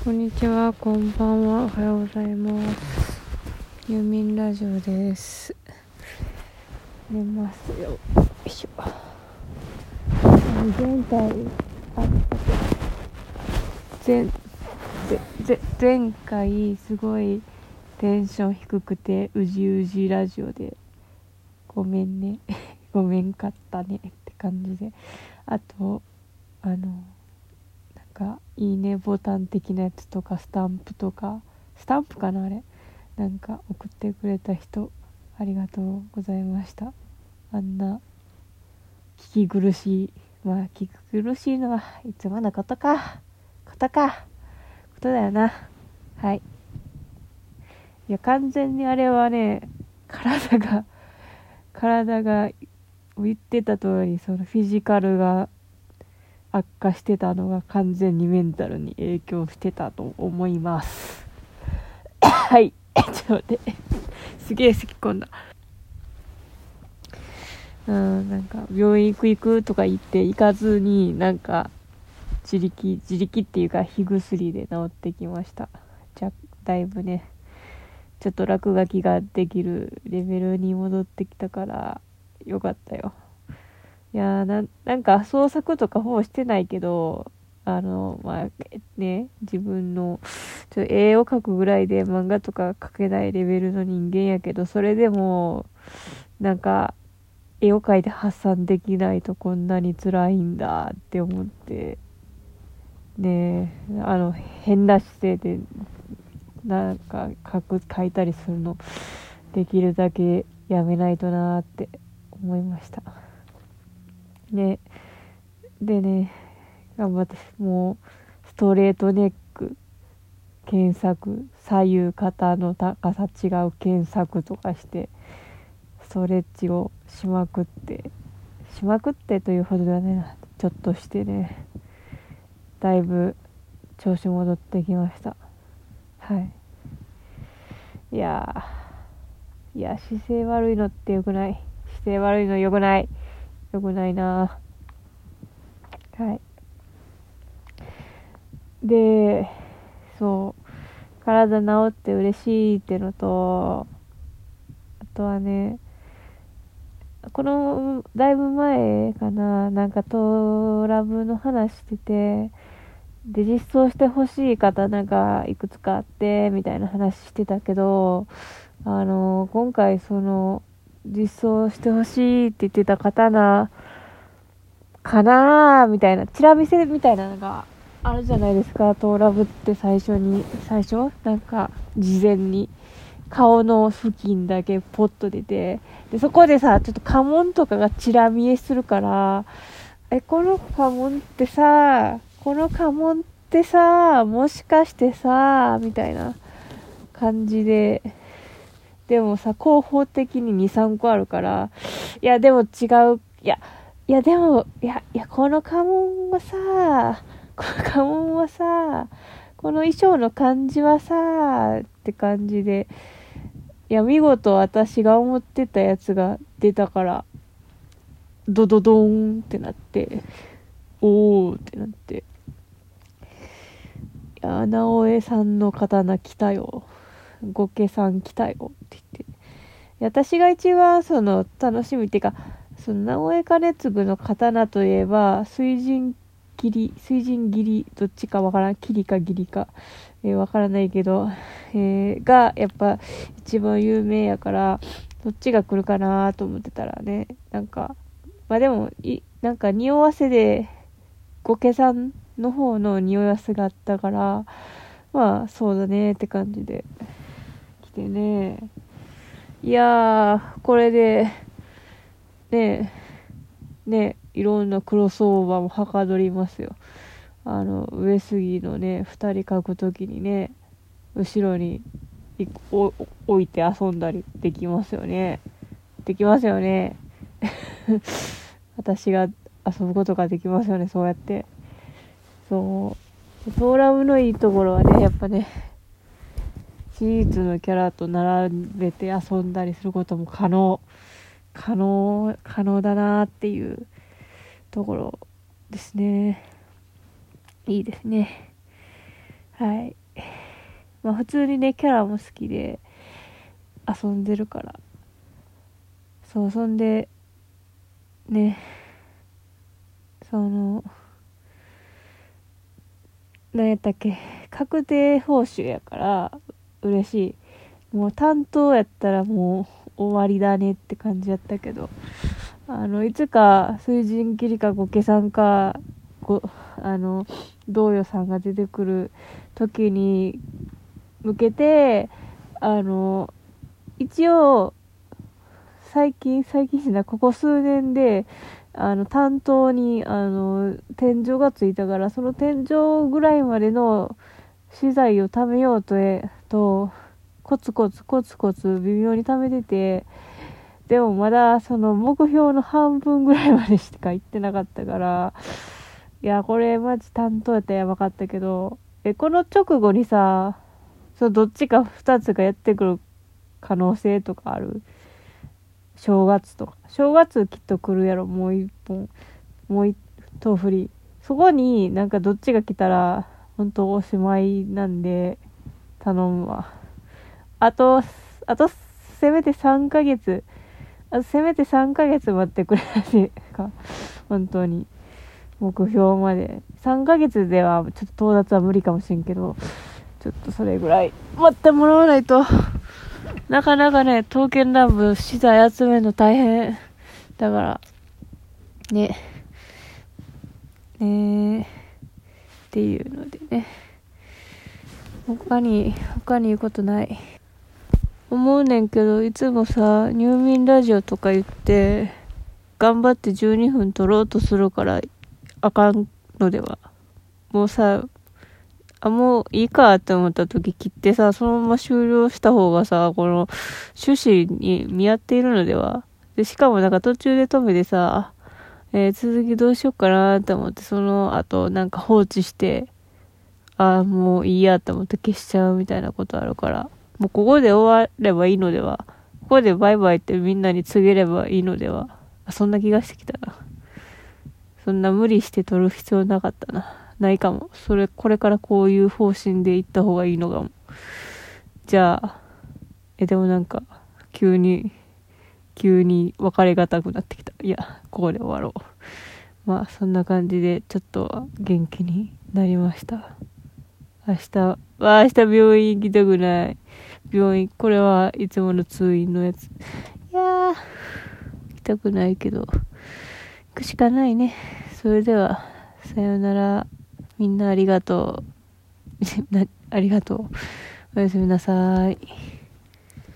こんにちは、こんばんは、おはようございます。ユーミンラジオです。寝ますよ。よいしょ。前回、前前回すごいテンション低くてうじうじラジオでごめんねごめんかったねって感じで、あといいねボタン的なやつとかスタンプかな、あれなんか送ってくれた人ありがとうございました。あんな聞き苦しい、聞き苦しいのはいつものことだよな。はい。いや完全にあれはね、体が言ってた通り、そのフィジカルが悪化してたのが完全にメンタルに影響してたと思います。はいちょっと待って、すげえ咳き込んだ。なんか病院行くとか言って行かずに、なんか自力っていうか火薬で治ってきました。じゃだいぶね、ちょっと落書きができるレベルに戻ってきたからよかったよ。いやー、なんか創作とかほぼしてないけど、自分の絵を描くぐらいで漫画とか描けないレベルの人間やけど、それでもなんか絵を描いて発散できないとこんなに辛いんだって思って、ねえ、変な姿勢でなんか描いたりするのできるだけやめないとなーって思いましたね。でね、頑張って、もうストレートネック検索、左右肩の高さ違う検索とかしてストレッチをしまくってというほどではね、ちょっとしてね、だいぶ調子戻ってきました。はい。いや姿勢悪いのってよくない。姿勢悪いのよくない。よくないな。はい。で、体治って嬉しいってのと、あとはね、このだいぶ前かな、なんかトラブの話してて、で実装してほしい方なんかいくつかあってみたいな話してたけど、今回その実装してほしいって言ってた刀かなーみたいなチラ見せみたいなのがあるじゃないですか。トラブって最初なんか事前に顔の付近だけポッと出て、でそこでさ、ちょっと家紋とかがチラ見えするから、この家紋ってさ、もしかしてさみたいな感じで、でもさ、広報的に2、3個あるから、いや、でも違う、この家紋はさ、この衣装の感じはさ、って感じで、いや、見事私が思ってたやつが出たから、ドドドーンってなって、おーってなって、いや、直江さんの刀来たよ。ゴケさん来たよって言って。私が一番楽しみっていうか、直江兼次の刀といえば、水神切り、どっちかわからん、切りか切りか、わからないけど、が、やっぱ一番有名やから、どっちが来るかなと思ってたらね、なんか、でも、なんか匂わせで、ゴケさんの方の匂わせがあったから、そうだねって感じで来てね。いやー、これで、ねいろんなクロスオーバーもはかどりますよ。上杉のね、二人描くときにね、後ろに置いて遊んだりできますよね。できますよね。私が遊ぶことができますよね、そうやって。そう。トーラムのいいところはね、やっぱね、シリーズのキャラと並べて遊んだりすることも可能だなっていうところですね。いいですね。 はい。まあ普通にね、キャラも好きで遊んでるから。そう、そんで、ね、何やったっけ、確定報酬やから嬉しい。もう担当やったらもう終わりだねって感じやったけど、いつか水神切りかゴケさんか道与さんが出てくる時に向けて、一応最近じゃない、ここ数年で担当に天井がついたから、その天井ぐらいまでの資材を貯めようとコツコツ微妙に貯めてて、でもまだその目標の半分ぐらいまでしか行ってなかったから、いやこれマジ担当やったらやばかったけど、この直後にさ、どっちか2つがやってくる可能性とかある？正月きっと来るやろ、もう一本、もう一等振り。そこになんかどっちが来たら本当おしまいなんで頼むわ。あとせめて3ヶ月待ってくれないか、本当に目標まで3ヶ月ではちょっと到達は無理かもしれんけど、ちょっとそれぐらい待ってもらわないと。なかなかね、刀剣乱舞資材集めるの大変だからね、っていうのでね、他に言うことない思うねんけど、いつもさ、入眠ラジオとか言って頑張って12分撮ろうとするからあかんのでは。もうさ、もういいかって思った時切ってさ、そのまま終了した方がさ、この趣旨に見合っているのでは。で、しかもなんか途中で止めてさ、続きどうしようかなって思って、その後なんか放置して、もういいやって思って消しちゃうみたいなことあるから、もうここで終わればいいのでは。ここでバイバイってみんなに告げればいいのでは。そんな気がしてきたな。そんな無理して撮る必要なかったな。ないかも。これからこういう方針で行った方がいいのかも。じゃあ、でもなんか、急に別れがたくなってきた。いや、ここで終わろう。まあ、そんな感じで、ちょっと元気になりました。明日病院行きたくない。これはいつもの通院のやつ。いやー、行きたくないけど、行くしかないね。それでは、さようなら。みんなありがとう。ありがとう。おやすみなさい。